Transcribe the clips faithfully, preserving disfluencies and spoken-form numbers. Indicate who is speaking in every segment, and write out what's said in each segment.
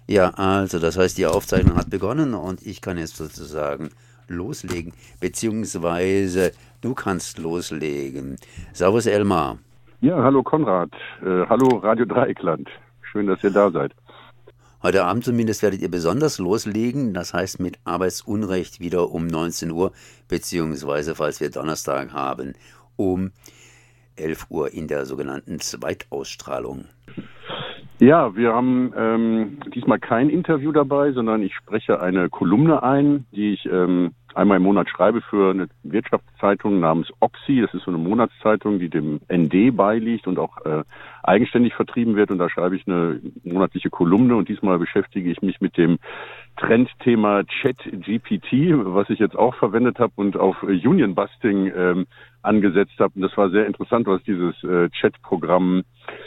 Speaker 1: Ja, also das heißt, die Aufzeichnung hat begonnen und ich kann jetzt sozusagen loslegen, beziehungsweise du kannst loslegen. Servus Elmar.
Speaker 2: Ja, hallo Konrad. Äh, hallo Radio Dreieckland. Schön, dass ihr da seid.
Speaker 1: Heute Abend zumindest werdet ihr besonders loslegen, das heißt mit Arbeitsunrecht wieder um neunzehn Uhr, beziehungsweise falls wir Donnerstag haben, um elf Uhr in der sogenannten Zweitausstrahlung.
Speaker 2: Ja, wir haben ähm, diesmal kein Interview dabei, sondern ich spreche eine Kolumne ein, die ich ähm, einmal im Monat schreibe für eine Wirtschaftszeitung namens Oxy. Das ist so eine Monatszeitung, die dem N D beiliegt und auch äh, eigenständig vertrieben wird. Und da schreibe ich eine monatliche Kolumne. Und diesmal beschäftige ich mich mit dem Trendthema ChatGPT, was ich jetzt auch verwendet habe und auf Union Busting ähm, angesetzt habe. Und das war sehr interessant, was dieses äh, Chat-Programm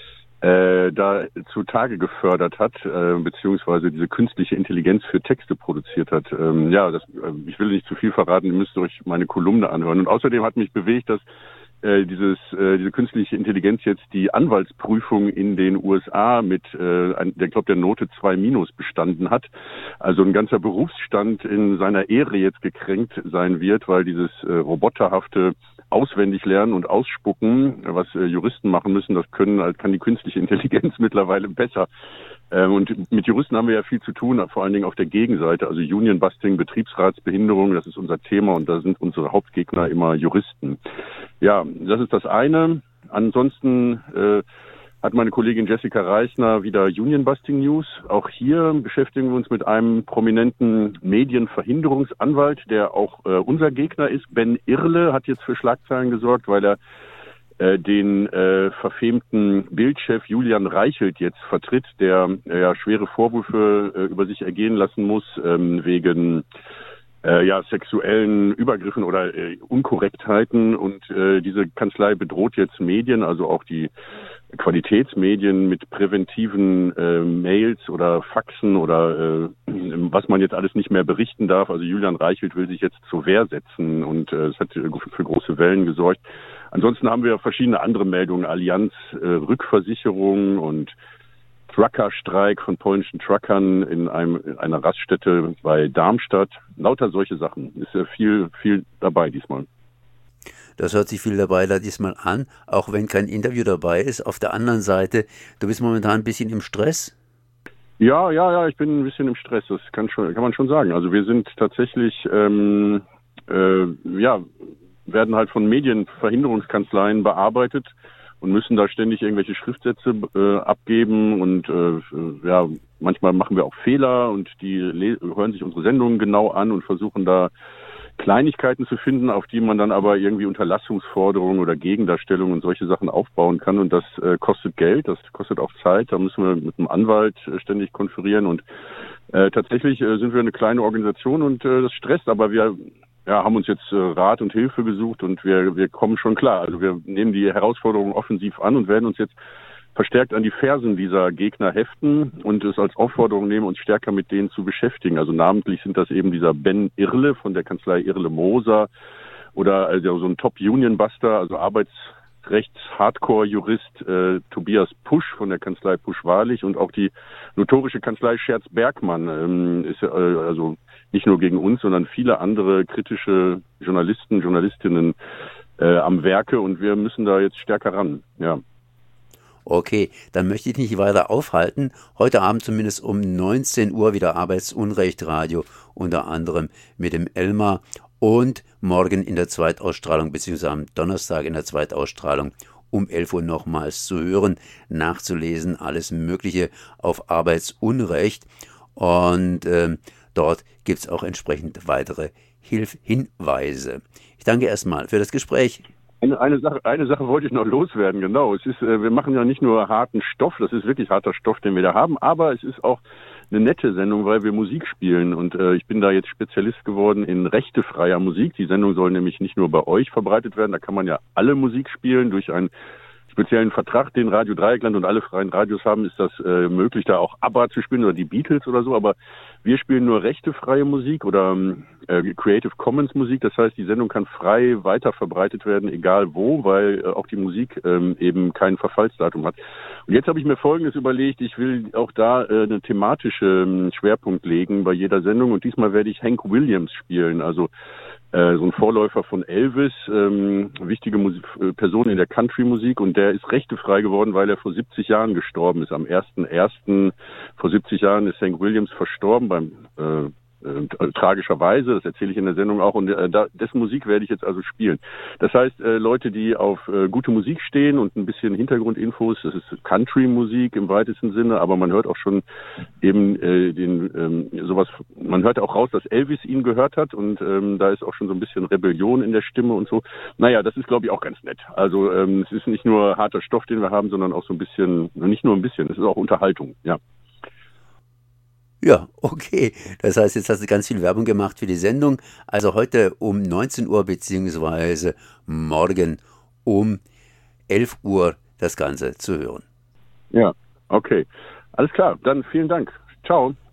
Speaker 2: äh, da zutage gefördert hat, äh, beziehungsweise diese künstliche Intelligenz für Texte produziert hat. Ähm, ja, das, äh, ich will nicht zu viel verraten, ihr müsst euch meine Kolumne anhören. Und außerdem hat mich bewegt, dass äh, dieses, äh, diese künstliche Intelligenz jetzt die Anwaltsprüfung in den U S A mit, äh, ein, der glaube der Note zwei minus bestanden hat. Also ein ganzer Berufsstand in seiner Ehre jetzt gekränkt sein wird, weil dieses äh, roboterhafte auswendig lernen und ausspucken, was äh, Juristen machen müssen, das können, halt kann die künstliche Intelligenz mittlerweile besser. Ähm, und mit Juristen haben wir ja viel zu tun, vor allen Dingen auf der Gegenseite, also Union Busting, Betriebsratsbehinderung, das ist unser Thema und da sind unsere Hauptgegner immer Juristen. Ja, das ist das eine. Ansonsten äh, hat meine Kollegin Jessica Reisner wieder Union Busting News. Auch hier beschäftigen wir uns mit einem prominenten Medienverhinderungsanwalt, der auch äh, unser Gegner ist. Ben Irle hat jetzt für Schlagzeilen gesorgt, weil er äh, den äh, verfemten Bildchef Julian Reichelt jetzt vertritt, der äh, ja schwere Vorwürfe äh, über sich ergehen lassen muss, ähm, wegen äh, ja sexuellen Übergriffen oder äh, Unkorrektheiten. Und äh, diese Kanzlei bedroht jetzt Medien, also auch die Qualitätsmedien mit präventiven äh, Mails oder Faxen oder äh, was man jetzt alles nicht mehr berichten darf. Also Julian Reichelt will sich jetzt zur Wehr setzen und äh, es hat für große Wellen gesorgt. Ansonsten haben wir verschiedene andere Meldungen, Allianz, äh, Rückversicherung und Truckerstreik von polnischen Truckern in, einem, in einer Raststätte bei Darmstadt. Lauter solche Sachen. Ist ja viel, viel dabei diesmal.
Speaker 1: Das hört sich viel dabei da diesmal an, auch wenn kein Interview dabei ist. Auf der anderen Seite, du bist momentan ein bisschen im Stress?
Speaker 2: Ja, ja, ja, ich bin ein bisschen im Stress, das kann schon, kann man schon sagen. Also wir sind tatsächlich, ähm, äh, ja, werden halt von Medienverhinderungskanzleien bearbeitet und müssen da ständig irgendwelche Schriftsätze äh, abgeben und äh, ja, manchmal machen wir auch Fehler und die le- hören sich unsere Sendungen genau an und versuchen da Kleinigkeiten zu finden, auf die man dann aber irgendwie Unterlassungsforderungen oder Gegendarstellungen und solche Sachen aufbauen kann. Und das äh, kostet Geld, das kostet auch Zeit. Da müssen wir mit einem Anwalt äh, ständig konferieren. Und äh, tatsächlich äh, sind wir eine kleine Organisation und äh, das stresst. Aber wir ja, haben uns jetzt äh, Rat und Hilfe gesucht und wir, wir kommen schon klar. Also wir nehmen die Herausforderungen offensiv an und werden uns jetzt verstärkt an die Fersen dieser Gegner heften und es als Aufforderung nehmen, uns stärker mit denen zu beschäftigen. Also namentlich sind das eben dieser Ben Irle von der Kanzlei Irle Moser oder also so ein Top-Union-Buster, also Arbeitsrechts-Hardcore-Jurist äh, Tobias Pusch von der Kanzlei Pusch-Wahrlich und auch die notorische Kanzlei Scherz-Bergmann ähm, ist äh, also nicht nur gegen uns, sondern viele andere kritische Journalisten, Journalistinnen äh, am Werke und wir müssen da jetzt stärker ran, ja.
Speaker 1: Okay, dann möchte ich nicht weiter aufhalten. Heute Abend zumindest um neunzehn Uhr wieder Arbeitsunrecht Radio, unter anderem mit dem Elmar und morgen in der Zweitausstrahlung, beziehungsweise am Donnerstag in der Zweitausstrahlung um elf Uhr nochmals zu hören, nachzulesen, alles Mögliche auf Arbeitsunrecht und äh, dort gibt es auch entsprechend weitere Hilf- Hinweise. Ich danke erstmal für das Gespräch.
Speaker 2: Eine, eine Sache, eine Sache wollte ich noch loswerden, genau. Es ist, äh, wir machen ja nicht nur harten Stoff, das ist wirklich harter Stoff, den wir da haben, aber es ist auch eine nette Sendung, weil wir Musik spielen und äh, ich bin da jetzt Spezialist geworden in rechtefreier Musik. Die Sendung soll nämlich nicht nur bei euch verbreitet werden, da kann man ja alle Musik spielen durch ein speziellen Vertrag, den Radio Dreieckland und alle freien Radios haben, ist das äh, möglich, da auch ABBA zu spielen oder die Beatles oder so. Aber wir spielen nur rechtefreie Musik oder äh, Creative Commons Musik. Das heißt, die Sendung kann frei weiterverbreitet werden, egal wo, weil äh, auch die Musik ähm, eben kein Verfallsdatum hat. Und jetzt habe ich mir Folgendes überlegt. Ich will auch da äh, eine thematische äh, Schwerpunkt legen bei jeder Sendung. Und diesmal werde ich Hank Williams spielen. Also so ein Vorläufer von Elvis, ähm, wichtige Musik, äh, Person in der Country-Musik, und der ist rechtefrei geworden, weil er vor siebzig Jahren gestorben ist. Am ersten ersten vor siebzig Jahren ist Hank Williams verstorben beim äh, äh, tragischerweise, das erzähle ich in der Sendung auch, und äh, da, dessen Musik werde ich jetzt also spielen. Das heißt, äh, Leute, die auf äh, gute Musik stehen und ein bisschen Hintergrundinfos, das ist Country-Musik im weitesten Sinne, aber man hört auch schon eben äh, den ähm, sowas, man hört auch raus, dass Elvis ihn gehört hat, und ähm, da ist auch schon so ein bisschen Rebellion in der Stimme und so. Naja, das ist, glaube ich, auch ganz nett. Also ähm, es ist nicht nur harter Stoff, den wir haben, sondern auch so ein bisschen, nicht nur ein bisschen, es ist auch Unterhaltung, ja.
Speaker 1: Ja, okay. Das heißt, jetzt hast du ganz viel Werbung gemacht für die Sendung. Also heute um neunzehn Uhr beziehungsweise morgen um elf Uhr das Ganze zu hören.
Speaker 2: Ja, okay. Alles klar, dann vielen Dank. Ciao.